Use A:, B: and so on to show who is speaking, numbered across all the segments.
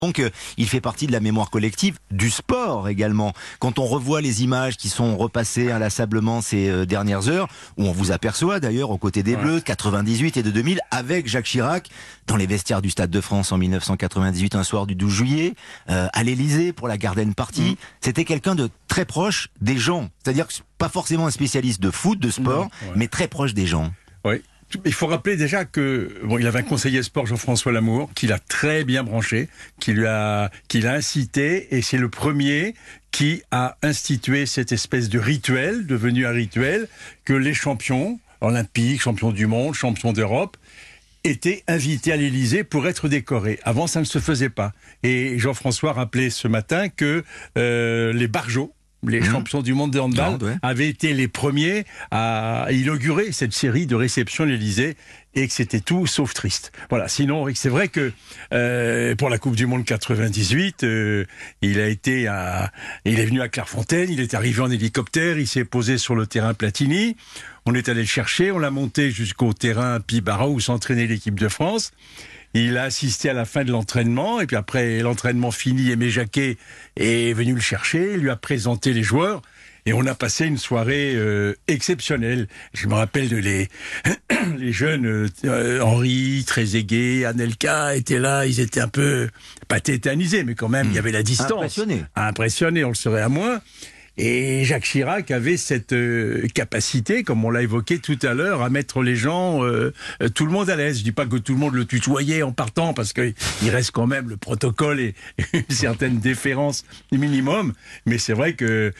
A: Donc, il fait partie de la mémoire collective du sport également. Quand on revoit les images qui sont repassées inlassablement ces dernières heures, où on vous aperçoit d'ailleurs aux côtés des Bleus, 98 et de 2000, avec Jacques Chirac, dans les vestiaires du Stade de France en 1998, un soir du 12 juillet, à l'Élysée pour la Garden Party. C'était quelqu'un de très proche des gens. C'est-à-dire que pas forcément un spécialiste de foot, de sport, mais très proche des gens.
B: Oui. Il faut rappeler déjà que il avait un conseiller sport, Jean-François Lamour, qui l'a très bien branché, qui l'a incité, et c'est le premier qui a institué cette espèce de rituel, devenu un rituel, que les champions olympiques, champions du monde, champions d'Europe, étaient invités à l'Élysée pour être décorés. Avant, ça ne se faisait pas. Et Jean-François rappelait ce matin que les Barjots, les champions du monde de handball, avaient été les premiers à inaugurer cette série de réceptions à l'Élysée, et que c'était tout sauf triste. Voilà. Sinon, c'est vrai que pour la Coupe du Monde 98, il est venu à Clairefontaine, il est arrivé en hélicoptère, il s'est posé sur le terrain Platini. On est allé le chercher, on l'a monté jusqu'au terrain Pibara où s'entraînait l'équipe de France. Il a assisté à la fin de l'entraînement, et puis après l'entraînement fini, Aimé Jacquet est venu le chercher, lui a présenté les joueurs, et on a passé une soirée exceptionnelle. Je me rappelle de les jeunes, Henri, Trezeguet, Anelka étaient là, ils étaient un peu, pas tétanisés, mais quand même, il y avait la distance. Impressionnés, on le serait à moins. Et Jacques Chirac avait cette capacité, comme on l'a évoqué tout à l'heure, à mettre les gens, tout le monde à l'aise. Je dis pas que tout le monde le tutoyait en partant, parce qu'il reste quand même le protocole et une certaine déférence minimum. Mais c'est vrai que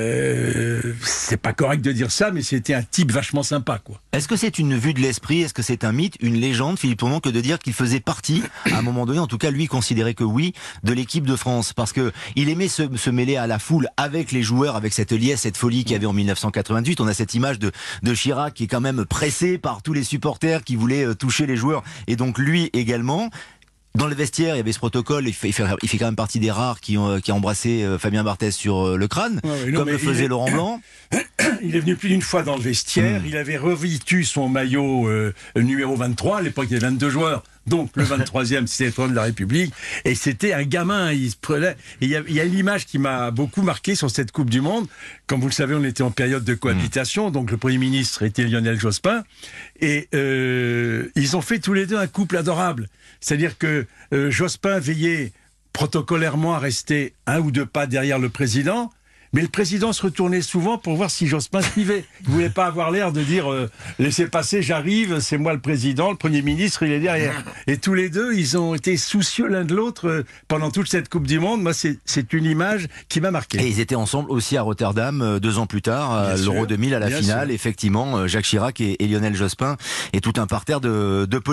B: c'est pas correct de dire ça, mais c'était un type vachement sympa, quoi.
A: Est-ce que c'est une vue de l'esprit, est-ce que c'est un mythe, une légende, Philippe Tournon, que de dire qu'il faisait partie, à un moment donné, en tout cas lui considérait que oui, de l'équipe de France, parce que il aimait se mêler à la foule avec les joueurs, avec cette liesse, cette folie qu'il y avait en 1988. On a cette image de Chirac qui est quand même pressé par tous les supporters qui voulaient toucher les joueurs, et donc lui également. Dans le vestiaire, il y avait ce protocole. Il fait quand même partie des rares qui a embrassé Fabien Barthez sur le crâne, comme le faisait Laurent Blanc.
B: Il est venu plus d'une fois dans le vestiaire. Il avait revêtu son maillot numéro 23. À l'époque, il y avait 22 joueurs. Donc, le 23e, c'était le trône de la République. Et c'était un gamin. Il se prenait. Il y a une image qui m'a beaucoup marqué sur cette Coupe du Monde. Comme vous le savez, on était en période de cohabitation. Donc, le Premier ministre était Lionel Jospin. Et ils ont fait tous les deux un couple adorable. C'est-à-dire que Jospin veillait protocolairement à rester un ou deux pas derrière le président. Mais le président se retournait souvent pour voir si Jospin suivait. Il ne voulait pas avoir l'air de dire laissez passer, j'arrive, c'est moi le président, le Premier ministre, il est derrière. Et tous les deux, ils ont été soucieux l'un de l'autre pendant toute cette Coupe du Monde. Moi, c'est une image qui m'a marqué.
A: Et ils étaient ensemble aussi à Rotterdam 2 ans plus tard, à l'Euro 2000, à la finale. Effectivement, Jacques Chirac et Lionel Jospin, et tout un parterre de